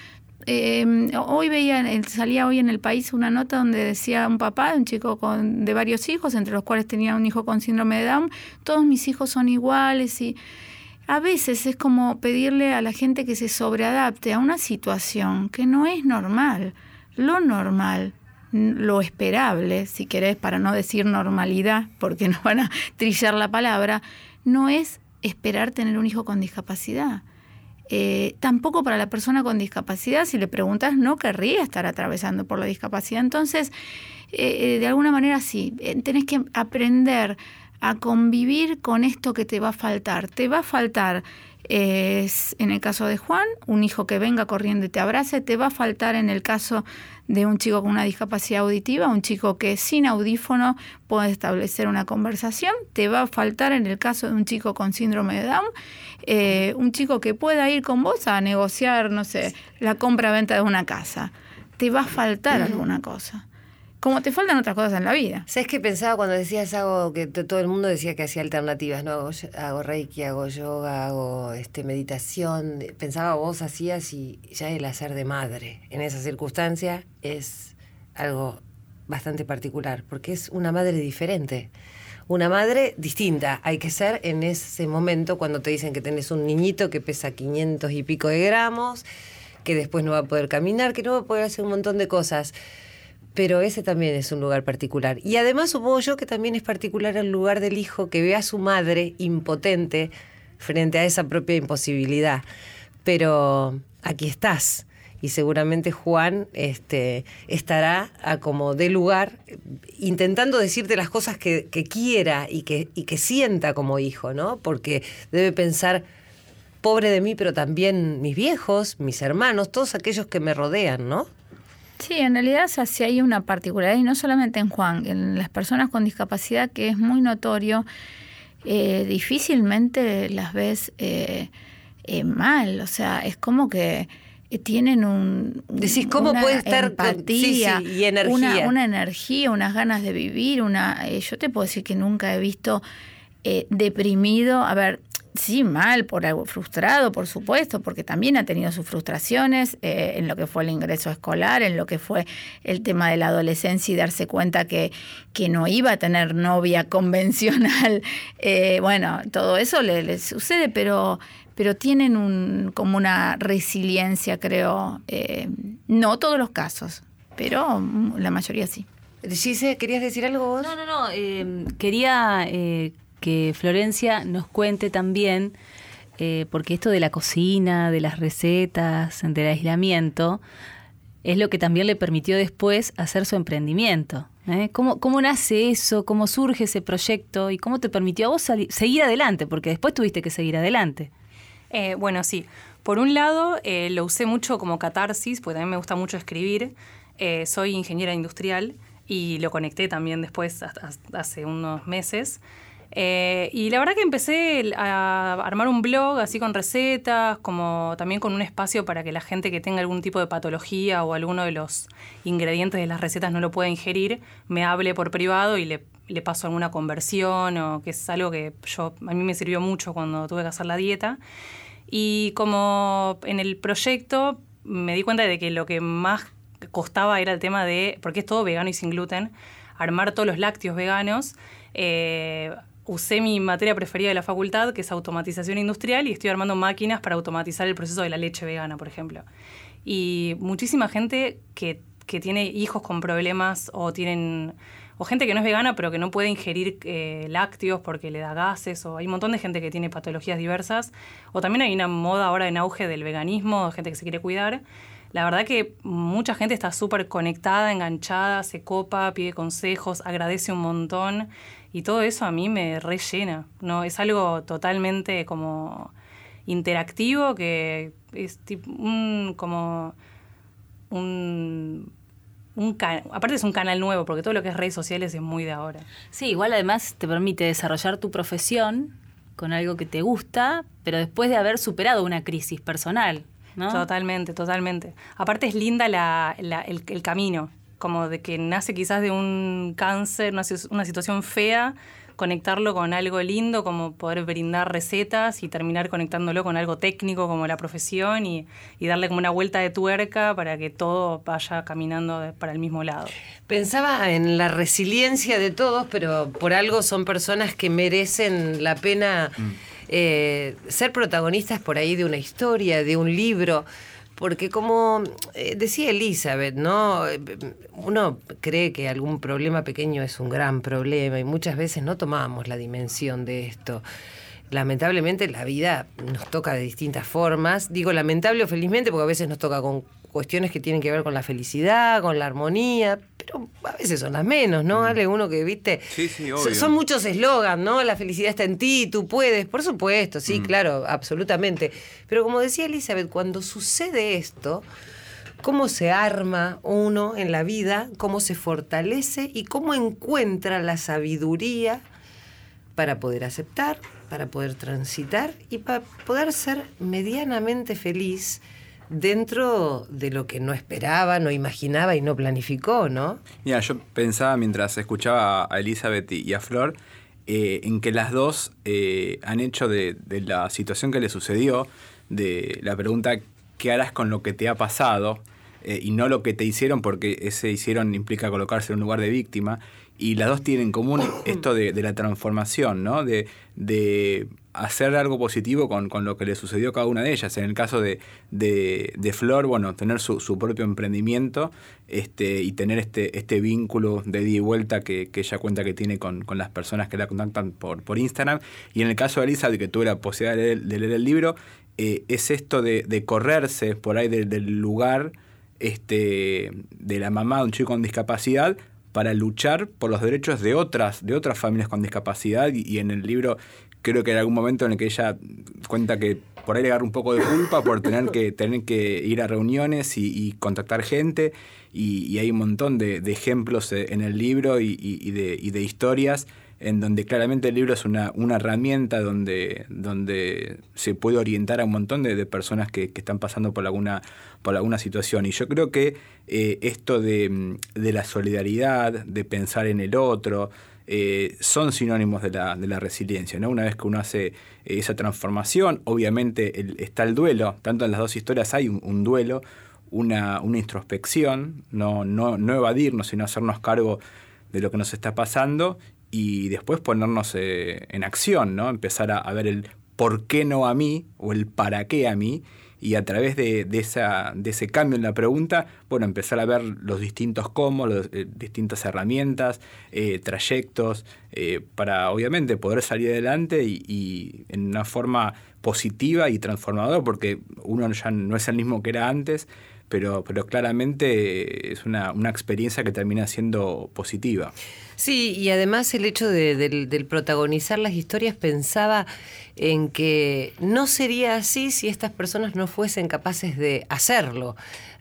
Salía hoy en El País una nota donde decía un papá, un chico de varios hijos, entre los cuales tenía un hijo con síndrome de Down, todos mis hijos son iguales, y a veces es como pedirle a la gente que se sobreadapte a una situación que no es normal. Lo normal, lo esperable, si querés, para no decir normalidad, porque nos van a trillar la palabra, no es esperar tener un hijo con discapacidad. Tampoco para la persona con discapacidad, si le preguntas, no querría estar atravesando por la discapacidad. Entonces, de alguna manera sí, tenés que aprender a convivir con esto que te va a faltar. Te va a faltar, en el caso de Juan, un hijo que venga corriendo y te abrace. Te va a faltar en el caso de un chico con una discapacidad auditiva, un chico que sin audífono puede establecer una conversación. Te va a faltar en el caso de un chico con síndrome de Down, un chico que pueda ir con vos a negociar, no sé, la compra-venta de una casa. Te va a faltar alguna cosa, como te faltan otras cosas en la vida. ¿Sabes qué pensaba cuando decías algo que todo el mundo decía que hacía alternativas? ¿No? Hago Reiki, hago yoga, hago meditación. Pensaba vos hacías, y ya el hacer de madre en esa circunstancia es algo bastante particular, porque es una madre diferente. Una madre distinta hay que ser en ese momento cuando te dicen que tenés un niñito que pesa 500 y pico de gramos, que después no va a poder caminar, que no va a poder hacer un montón de cosas. Pero ese también es un lugar particular. Y además supongo yo que también es particular el lugar del hijo que ve a su madre impotente frente a esa propia imposibilidad. Pero aquí estás. Y seguramente Juan estará a como de lugar intentando decirte las cosas que quiera y que sienta como hijo, ¿no? Porque debe pensar, pobre de mí, pero también mis viejos, mis hermanos, todos aquellos que me rodean, ¿no? Sí, en realidad sí hay una particularidad, y no solamente en Juan, en las personas con discapacidad, que es muy notorio, difícilmente las ves mal, o sea, es como que tienen decís, ¿cómo puede estar empatía, y energía? Una energía, unas ganas de vivir, yo te puedo decir que nunca he visto deprimido, a ver, sí, mal, por algo frustrado, por supuesto, porque también ha tenido sus frustraciones en lo que fue el ingreso escolar, en lo que fue el tema de la adolescencia y darse cuenta que no iba a tener novia convencional. Bueno, todo eso le sucede, pero tienen como una resiliencia, creo, no todos los casos, pero la mayoría sí. Gise, ¿querías decir algo vos? No, quería que Florencia nos cuente también, porque esto de la cocina, de las recetas, del aislamiento, es lo que también le permitió después hacer su emprendimiento. ¿Cómo nace eso? ¿Cómo surge ese proyecto? ¿Y cómo te permitió a vos seguir adelante? Porque después tuviste que seguir adelante. Bueno, sí. Por un lado, lo usé mucho como catarsis, porque también me gusta mucho escribir. Soy ingeniera industrial y lo conecté también después, hace unos meses. Y la verdad que empecé a armar un blog así con recetas, como también con un espacio para que la gente que tenga algún tipo de patología o alguno de los ingredientes de las recetas no lo pueda ingerir, me hable por privado y le paso alguna conversión, o que es algo que a mí me sirvió mucho cuando tuve que hacer la dieta. Y como en el proyecto me di cuenta de que lo que más costaba era el tema de, porque es todo vegano y sin gluten, armar todos los lácteos veganos. Usé mi materia preferida de la facultad, que es automatización industrial, y estoy armando máquinas para automatizar el proceso de la leche vegana, por ejemplo. y muchísima gente que tiene hijos con problemas o gente que no es vegana pero que no puede ingerir lácteos porque le da gases, o hay un montón de gente que tiene patologías diversas, o también hay una moda ahora en auge del veganismo, gente que se quiere cuidar. La verdad que mucha gente está súper conectada, enganchada, se copa, pide consejos, agradece un montón, y todo eso a mí me rellena, ¿no? Es algo totalmente como interactivo, que es tipo aparte es un canal nuevo, porque todo lo que es redes sociales es muy de ahora. Sí, igual además te permite desarrollar tu profesión con algo que te gusta, pero después de haber superado una crisis personal, ¿no? Totalmente, totalmente. Aparte es linda el camino, como de que nace quizás de un cáncer, una situación fea, conectarlo con algo lindo, como poder brindar recetas y terminar conectándolo con algo técnico como la profesión y darle como una vuelta de tuerca para que todo vaya caminando para el mismo lado. Pensaba en la resiliencia de todos, pero por algo son personas que merecen la pena ser protagonistas por ahí de una historia, de un libro. Porque como decía Elizabeth, ¿no? Uno cree que algún problema pequeño es un gran problema y muchas veces no tomamos la dimensión de esto. Lamentablemente la vida nos toca de distintas formas. Digo lamentable o felizmente porque a veces nos toca con cuestiones que tienen que ver con la felicidad, con la armonía, pero a veces son las menos, ¿no? Hay uno que, viste, sí, obvio. Son muchos eslogans, ¿no? La felicidad está en ti, tú puedes, por supuesto, sí, claro, absolutamente. Pero como decía Elizabeth, cuando sucede esto, cómo se arma uno en la vida, cómo se fortalece y cómo encuentra la sabiduría para poder aceptar, para poder transitar y para poder ser medianamente feliz dentro de lo que no esperaba, no imaginaba y no planificó, ¿no? Mira, yo pensaba mientras escuchaba a Elizabeth y a Flor en que las dos han hecho de la situación que le sucedió, de la pregunta ¿qué harás con lo que te ha pasado? Y no lo que te hicieron, porque ese hicieron implica colocarse en un lugar de víctima, y las dos tienen en común esto de la transformación, ¿no? De hacer algo positivo con lo que le sucedió a cada una de ellas. En el caso de Flor, bueno, tener su propio emprendimiento y tener este vínculo de ida y vuelta que ella cuenta que tiene con las personas que la contactan por Instagram. Y en el caso de Elizabeth, que tuve la posibilidad de leer el libro, es esto de correrse por ahí del lugar de la mamá de un chico con discapacidad para luchar por los derechos de otras familias con discapacidad, y en el libro creo que hay algún momento en el que ella cuenta que por ahí le agarra un poco de culpa por tener que ir a reuniones y contactar gente, y hay un montón de ejemplos en el libro y de historias en donde claramente el libro es una herramienta donde se puede orientar a un montón de personas que están pasando por alguna situación. Y yo creo que esto de la solidaridad, de pensar en el otro, son sinónimos de la resiliencia, ¿no? Una vez que uno hace esa transformación, obviamente está el duelo. Tanto en las dos historias hay un duelo, una introspección, no evadirnos, sino hacernos cargo de lo que nos está pasando, y después ponernos en acción, ¿no? Empezar a ver el por qué no a mí o el para qué a mí, y a través de ese cambio en la pregunta, bueno, empezar a ver los distintos cómo, distintas herramientas, trayectos, para obviamente poder salir adelante y en una forma positiva y transformadora, porque uno ya no es el mismo que era antes, pero claramente es una experiencia que termina siendo positiva. Sí, y además el hecho del protagonizar las historias, pensaba en que no sería así si estas personas no fuesen capaces de hacerlo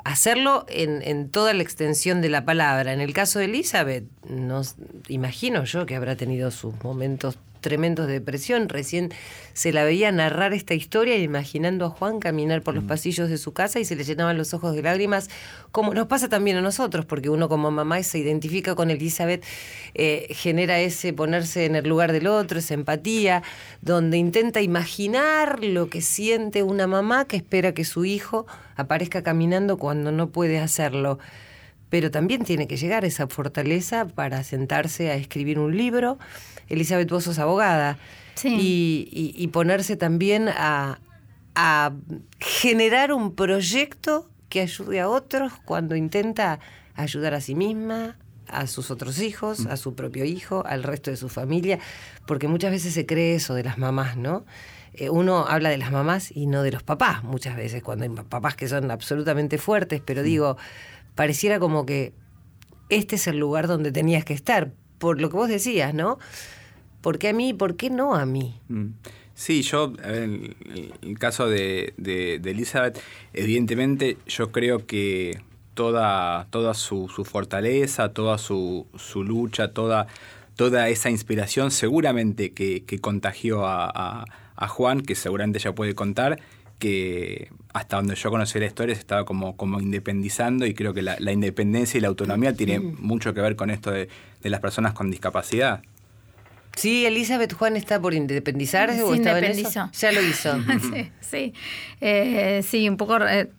en toda la extensión de la palabra. En el caso de Elizabeth, imagino yo que habrá tenido sus momentos tremendos de depresión. Recién se la veía narrar esta historia imaginando a Juan caminar por los pasillos de su casa y se le llenaban los ojos de lágrimas, como nos pasa también a nosotros, porque uno como mamá se identifica con Elizabeth, genera ese ponerse en el lugar del otro, esa empatía, donde intenta imaginar lo que siente una mamá que espera que su hijo aparezca caminando cuando no puede hacerlo. Pero también tiene que llegar esa fortaleza para sentarse a escribir un libro. Elizabeth, vos sos abogada. Sí. Y ponerse también a generar un proyecto que ayude a otros cuando intenta ayudar a sí misma, a sus otros hijos, a su propio hijo, al resto de su familia, porque muchas veces se cree eso de las mamás, ¿no? Uno habla de las mamás y no de los papás muchas veces, cuando hay papás que son absolutamente fuertes, pero digo, pareciera como que este es el lugar donde tenías que estar, por lo que vos decías, ¿no? ¿Por qué a mí? ¿Por qué no a mí? Sí, yo, en el caso de Elizabeth, evidentemente yo creo que toda su fortaleza, toda su lucha, toda esa inspiración seguramente que contagió a Juan, que seguramente ella puede contar, que hasta donde yo conocí la historia se estaba como independizando, y creo que la independencia y la autonomía tiene mucho que ver con esto de las personas con discapacidad. Sí, Elizabeth Juan está por independizarse o estaba en eso. Ya lo hizo. Sí. Sí, un poco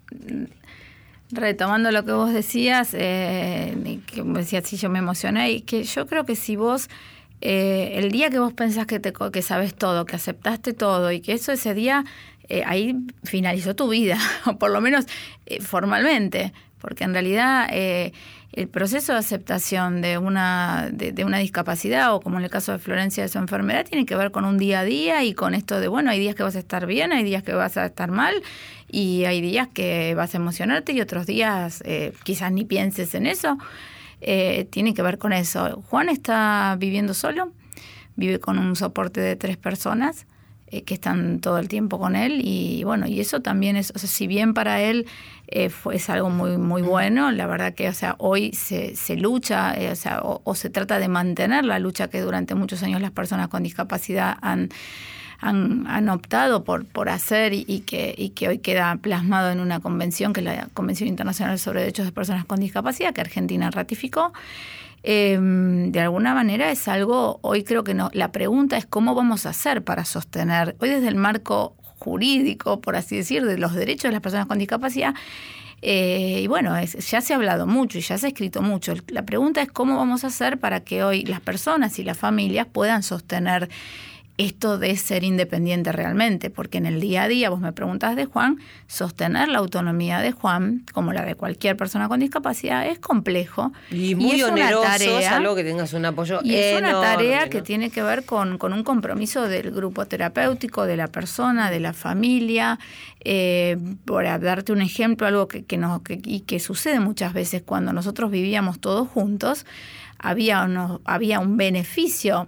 retomando lo que vos decías, que decías, sí, yo me emocioné, y que yo creo que si vos, el día que vos pensás que sabes todo, que aceptaste todo, y que ese día, ahí finalizó tu vida, o por lo menos formalmente, porque en realidad el proceso de aceptación de una discapacidad, o como en el caso de Florencia de su enfermedad, tiene que ver con un día a día, y con esto de, bueno, hay días que vas a estar bien, hay días que vas a estar mal, y hay días que vas a emocionarte y otros días quizás ni pienses en eso. Tiene que ver con eso. Juan está viviendo solo, vive con un soporte de 3 personas que están todo el tiempo con él, y bueno, y eso también es, o sea, si bien para él es algo muy muy bueno, la verdad que, o sea, hoy se lucha, o se trata de mantener la lucha que durante muchos años las personas con discapacidad han optado por hacer, y que hoy queda plasmado en una convención, que es la Convención Internacional sobre Derechos de Personas con Discapacidad, que Argentina ratificó. De alguna manera es algo, hoy creo que no, la pregunta es cómo vamos a hacer para sostener, hoy desde el marco jurídico, por así decir, de los derechos de las personas con discapacidad, y bueno, ya se ha hablado mucho y ya se ha escrito mucho. La pregunta es cómo vamos a hacer para que hoy las personas y las familias puedan sostener esto de ser independiente realmente, porque en el día a día, vos me preguntás de Juan, sostener la autonomía de Juan, como la de cualquier persona con discapacidad, es complejo. Y muy oneroso, salvo que tengas un apoyo y es enorme, una tarea, ¿no? que tiene que ver con un compromiso del grupo terapéutico, de la persona, de la familia. Por darte un ejemplo, algo que sucede muchas veces cuando nosotros vivíamos todos juntos, había un beneficio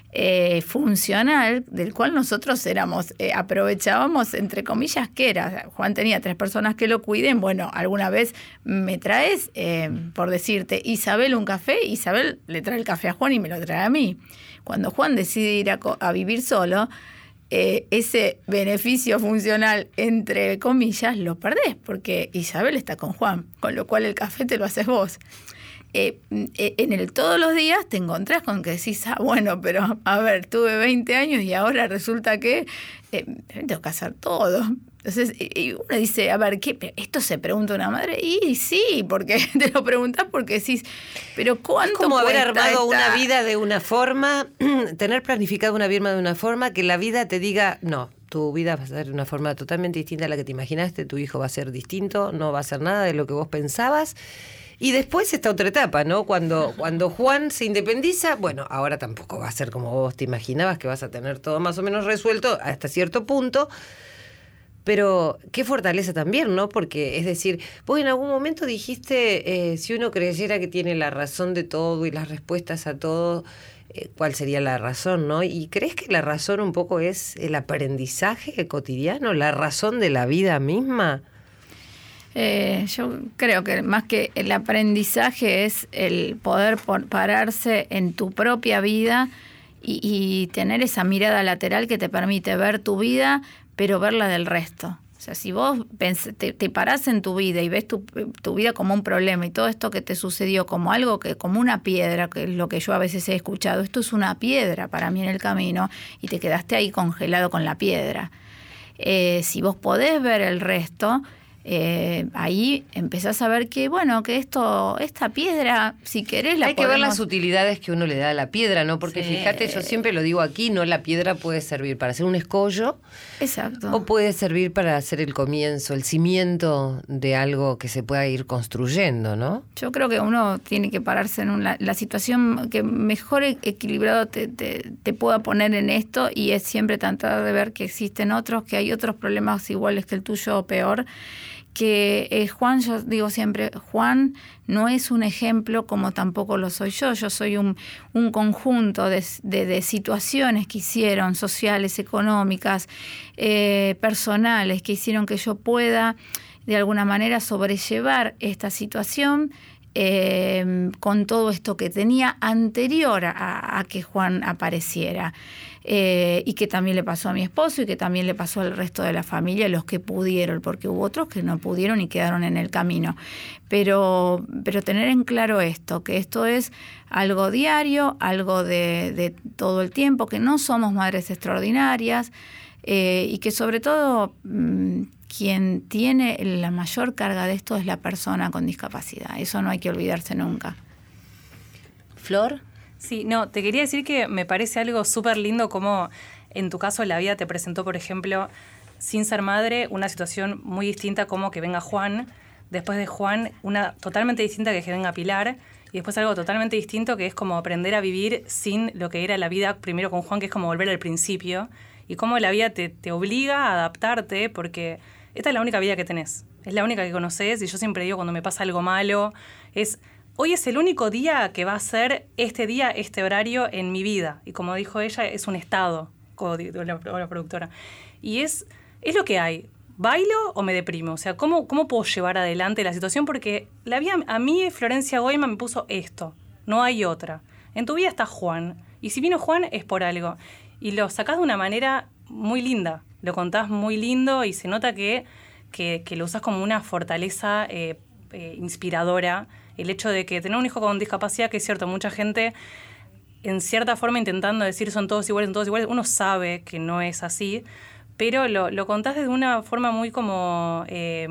funcional del cual nosotros aprovechábamos, entre comillas, que era, Juan tenía 3 personas que lo cuiden, bueno, alguna vez me traes, por decirte, Isabel un café, Isabel le trae el café a Juan y me lo trae a mí. Cuando Juan decide ir a vivir solo, ese beneficio funcional, entre comillas, lo perdés, porque Isabel está con Juan, con lo cual el café te lo haces vos. Todos los días te encontrás con que decís, bueno, pero a ver, tuve 20 años y ahora resulta que tengo que hacer todo. Entonces, y uno dice, a ver, ¿qué? ¿Esto se pregunta una madre? Y sí, porque te lo preguntás porque decís, pero ¿cuánto es como haber cuesta armado una vida de una forma, tener planificado una vida de una forma, que la vida te diga, no, tu vida va a ser de una forma totalmente distinta a la que te imaginaste, tu hijo va a ser distinto, no va a ser nada de lo que vos pensabas. Y después está otra etapa, ¿no? Cuando Juan se independiza, bueno, ahora tampoco va a ser como vos te imaginabas, que vas a tener todo más o menos resuelto hasta cierto punto, pero qué fortaleza también, ¿no? Porque, es decir, vos en algún momento dijiste, si uno creyera que tiene la razón de todo y las respuestas a todo, ¿cuál sería la razón, no? ¿Y crees que la razón un poco es el aprendizaje cotidiano, la razón de la vida misma? Yo creo que más que el aprendizaje es el poder pararse en tu propia vida y tener esa mirada lateral que te permite ver tu vida, pero verla del resto. O sea, si vos te parás en tu vida y ves tu vida como un problema y todo esto que te sucedió como algo como una piedra, que es lo que yo a veces he escuchado, esto es una piedra para mí en el camino, y te quedaste ahí congelado con la piedra. Si vos podés ver el resto, ahí empezás a ver que, bueno, que esta piedra, si querés, Hay que ver las utilidades que uno le da a la piedra, ¿no? Porque fíjate, yo siempre lo digo aquí, ¿no? La piedra puede servir para hacer un escollo. Exacto. O puede servir para hacer el comienzo, el cimiento de algo que se pueda ir construyendo, ¿no? Yo creo que uno tiene que pararse en la situación que mejor equilibrado te pueda poner en esto, y es siempre tratar de ver que existen otros, que hay otros problemas iguales que el tuyo o peor. Que Juan, yo digo siempre, Juan no es un ejemplo como tampoco lo soy yo. Yo soy un conjunto de situaciones que hicieron, sociales, económicas, personales, que hicieron que yo pueda de alguna manera sobrellevar esta situación con todo esto que tenía anterior a que Juan apareciera. Y que también le pasó a mi esposo y que también le pasó al resto de la familia, los que pudieron, porque hubo otros que no pudieron y quedaron en el camino. Pero tener en claro esto, que esto es algo diario, algo de todo el tiempo, que no somos madres extraordinarias, y que sobre todo quien tiene la mayor carga de esto es la persona con discapacidad. Eso no hay que olvidarse nunca. ¿Flor? Sí, no, te quería decir que me parece algo súper lindo como en tu caso la vida te presentó, por ejemplo, sin ser madre, una situación muy distinta como que venga Juan, después de Juan una totalmente distinta que venga Pilar, y después algo totalmente distinto que es como aprender a vivir sin lo que era la vida primero con Juan, que es como volver al principio, y cómo la vida te obliga a adaptarte, porque esta es la única vida que tenés, es la única que conocés, y yo siempre digo cuando me pasa algo malo, hoy es el único día que va a ser este día, este horario en mi vida. Y como dijo ella, es un estado, como dijo la productora. Y es lo que hay. ¿Bailo o me deprimo? O sea, ¿cómo puedo llevar adelante la situación? Porque la vida, a mí Florencia Goima me puso esto. No hay otra. En tu vida está Juan. Y si vino Juan es por algo. Y lo sacás de una manera muy linda. Lo contás muy lindo y se nota que lo usás como una fortaleza inspiradora. El hecho de que tener un hijo con discapacidad, que es cierto, mucha gente, en cierta forma intentando decir son todos iguales, uno sabe que no es así, pero lo contás de una forma muy como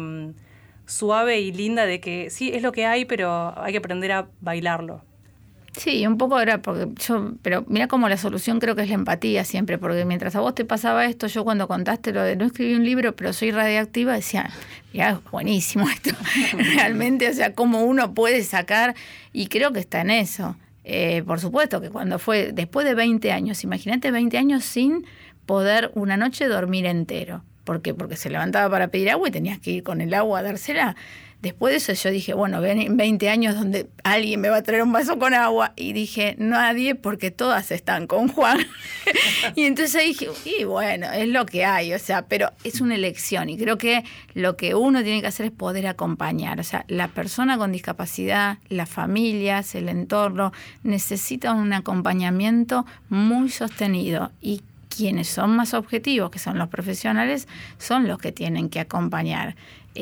suave y linda de que sí, es lo que hay, pero hay que aprender a bailarlo. Sí, un poco era pero mira como la solución creo que es la empatía siempre, porque mientras a vos te pasaba esto, yo cuando contaste lo de no escribí un libro, pero soy radiactiva, decía, mirá, buenísimo esto, realmente, o sea, cómo uno puede sacar, y creo que está en eso. Por supuesto que cuando fue, después de 20 años, imagínate 20 años sin poder una noche dormir entero. ¿Por qué? Porque se levantaba para pedir agua y tenías que ir con el agua a dársela. Después de eso yo dije, bueno, ven 20 años donde alguien me va a traer un vaso con agua. Y dije, nadie, porque todas están con Juan. Y entonces dije, y bueno, es lo que hay, o sea, pero es una elección. Y creo que lo que uno tiene que hacer es poder acompañar. O sea, la persona con discapacidad, las familias, el entorno, necesitan un acompañamiento muy sostenido. Y quienes son más objetivos, que son los profesionales, son los que tienen que acompañar.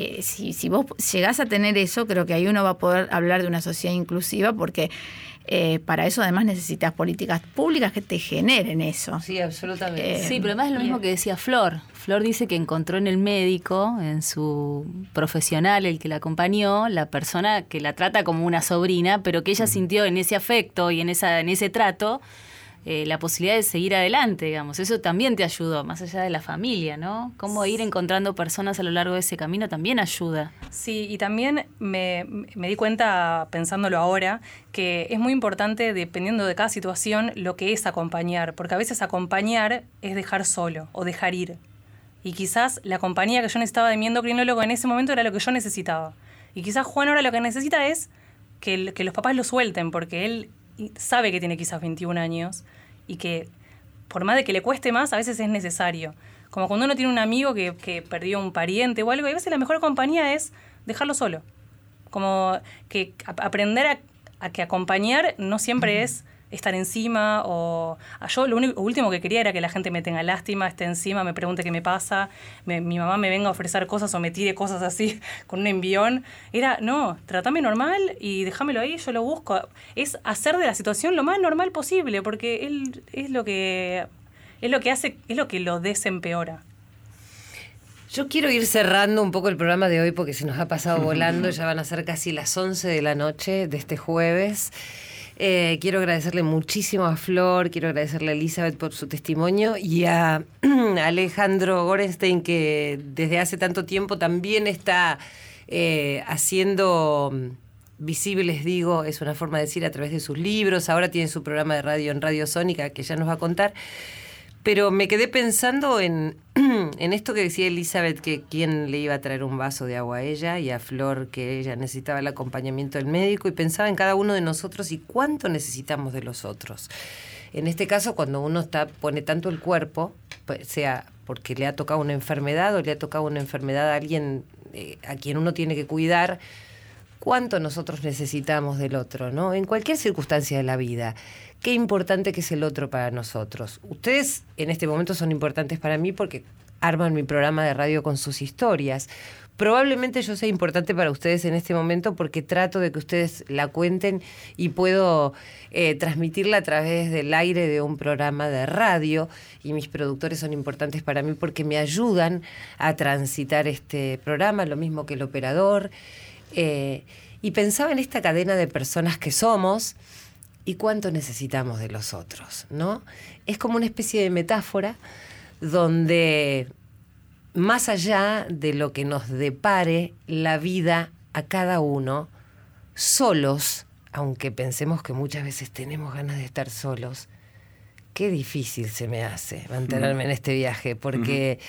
Si vos llegás a tener eso, creo que ahí uno va a poder hablar de una sociedad inclusiva, porque para eso además necesitas políticas públicas que te generen eso. Sí, absolutamente. Sí, pero además es lo mismo que decía Flor. Flor dice que encontró en el médico, en su profesional, el que la acompañó, la persona que la trata como una sobrina, pero que ella sintió en ese afecto y en ese trato la posibilidad de seguir adelante, digamos. Eso también te ayudó, más allá de la familia, ¿no? Cómo ir encontrando personas a lo largo de ese camino también ayuda. Sí, y también me di cuenta, pensándolo ahora, que es muy importante, dependiendo de cada situación, lo que es acompañar. Porque a veces acompañar es dejar solo o dejar ir. Y quizás la compañía que yo necesitaba de mi endocrinólogo en ese momento era lo que yo necesitaba. Y quizás Juan ahora lo que necesita es que los papás lo suelten, porque él sabe que tiene quizás 21 años y que por más de que le cueste más, a veces es necesario. Como cuando uno tiene un amigo que perdió un pariente o algo, y a veces la mejor compañía es dejarlo solo. Como que aprender a que acompañar no siempre es estar encima o... Yo lo último que quería era que la gente me tenga lástima, esté encima, me pregunte qué me pasa, mi mamá me venga a ofrecer cosas o me tire cosas así con un envión. Era, no, tratame normal y déjamelo ahí, yo lo busco. Es hacer de la situación lo más normal posible, porque él es lo que hace, es lo que lo desempeora. Yo quiero ir cerrando un poco el programa de hoy porque se nos ha pasado volando, ya van a ser casi las 11 de la noche de este jueves. Quiero agradecerle muchísimo a Flor, quiero agradecerle a Elizabeth por su testimonio y a Alejandro Gorenstein, que desde hace tanto tiempo también está haciendo visibles, digo, es una forma de decir, a través de sus libros. Ahora tiene su programa de radio en Radio Sónica, que ya nos va a contar. Pero me quedé pensando en esto que decía Elizabeth, que quién le iba a traer un vaso de agua a ella, y a Flor que ella necesitaba el acompañamiento del médico, y pensaba en cada uno de nosotros y cuánto necesitamos de los otros. En este caso, cuando uno pone tanto el cuerpo, pues, sea porque le ha tocado una enfermedad o le ha tocado una enfermedad a alguien a quien uno tiene que cuidar, cuánto nosotros necesitamos del otro, ¿no? En cualquier circunstancia de la vida. Qué importante que es el otro para nosotros. Ustedes en este momento son importantes para mí porque arman mi programa de radio con sus historias. Probablemente yo sea importante para ustedes en este momento porque trato de que ustedes la cuenten y puedo transmitirla a través del aire de un programa de radio, y mis productores son importantes para mí porque me ayudan a transitar este programa, lo mismo que el operador. Y pensaba en esta cadena de personas que somos y cuánto necesitamos de los otros, ¿no? Es como una especie de metáfora donde, más allá de lo que nos depare la vida a cada uno, solos, aunque pensemos que muchas veces tenemos ganas de estar solos, qué difícil se me hace mantenerme en este viaje, porque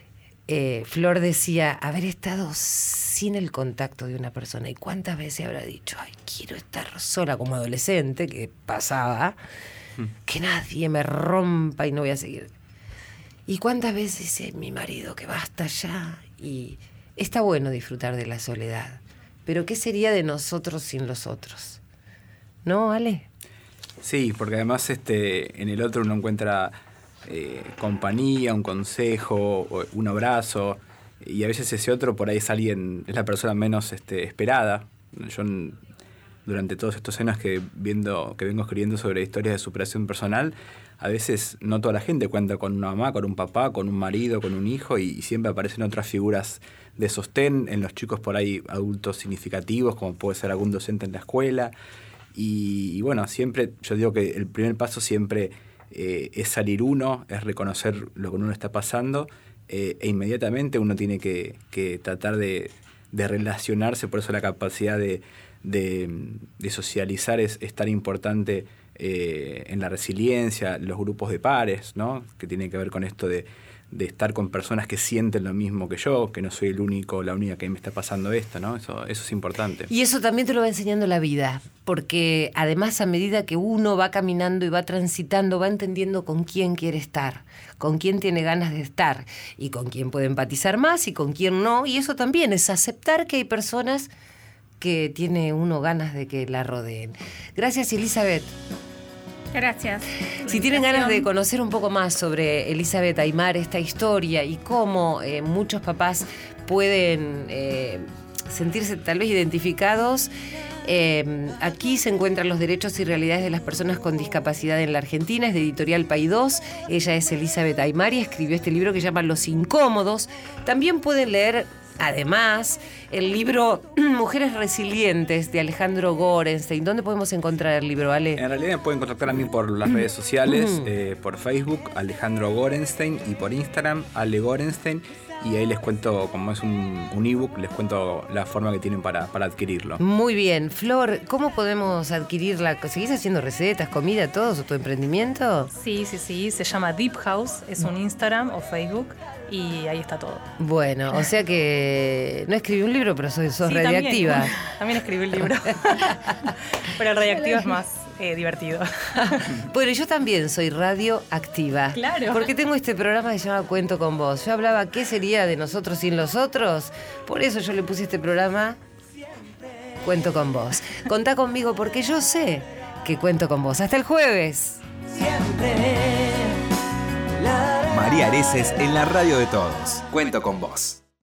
Flor decía haber estado sin el contacto de una persona, y cuántas veces habrá dicho, ay, quiero estar sola como adolescente, que pasaba, que nadie me rompa y no voy a seguir. Y cuántas veces dice mi marido que basta ya, y está bueno disfrutar de la soledad, pero ¿qué sería de nosotros sin los otros? ¿No, Ale? Sí, porque además en el otro uno encuentra compañía, un consejo, un abrazo, y a veces ese otro por ahí es la persona menos esperada. Yo durante todos estos años que vengo escribiendo sobre historias de superación personal, a veces no toda la gente cuenta con una mamá, con un papá, con un marido, con un hijo, y siempre aparecen otras figuras de sostén en los chicos, por ahí adultos significativos, como puede ser algún docente en la escuela. Y bueno, siempre yo digo que el primer paso siempre es salir uno, es reconocer lo que uno está pasando, e inmediatamente uno tiene que tratar de relacionarse. Por eso la capacidad de socializar es tan importante en la resiliencia, los grupos de pares, ¿no? Que tiene que ver con esto de estar con personas que sienten lo mismo que yo, que no soy la única que me está pasando esto, ¿no? Eso es importante. Y eso también te lo va enseñando la vida, porque además a medida que uno va caminando y va transitando, va entendiendo con quién quiere estar, con quién tiene ganas de estar, y con quién puede empatizar más y con quién no. Y eso también es aceptar que hay personas que tiene uno ganas de que la rodeen. Gracias, Elizabeth. Gracias. Si tienen ganas de conocer un poco más sobre Elizabeth Aimar, esta historia, y cómo muchos papás pueden sentirse tal vez identificados, aquí se encuentran Los derechos y realidades de las personas con discapacidad en la Argentina, es de Editorial Paidós. Ella es Elizabeth Aimar y escribió este libro que se llama Los Incómodos. También pueden leer, además, el libro Mujeres Resilientes de Alejandro Gorenstein. ¿Dónde podemos encontrar el libro, Ale? En realidad me pueden contactar a mí por las redes sociales, por Facebook, Alejandro Gorenstein, y por Instagram, Ale Gorenstein. Y ahí les cuento, como es un ebook, les cuento la forma que tienen para adquirirlo. Muy bien. Flor, ¿cómo podemos adquirirla? ¿Seguís haciendo recetas, comida, todo, tu emprendimiento? Sí. Se llama Deep House. Es un Instagram o Facebook. Y ahí está todo. Bueno, o sea que no escribí un libro, pero sos sí, radiactiva. También escribí un libro. Pero el radiactivo es más divertido. Bueno, yo también soy radioactiva. Claro. Porque tengo este programa que se llama Cuento con Vos. Yo hablaba qué sería de nosotros sin los otros. Por eso yo le puse este programa Cuento con Vos. Contá conmigo porque yo sé que cuento con vos. Hasta el jueves. María Areces en la radio de todos. Cuento con vos.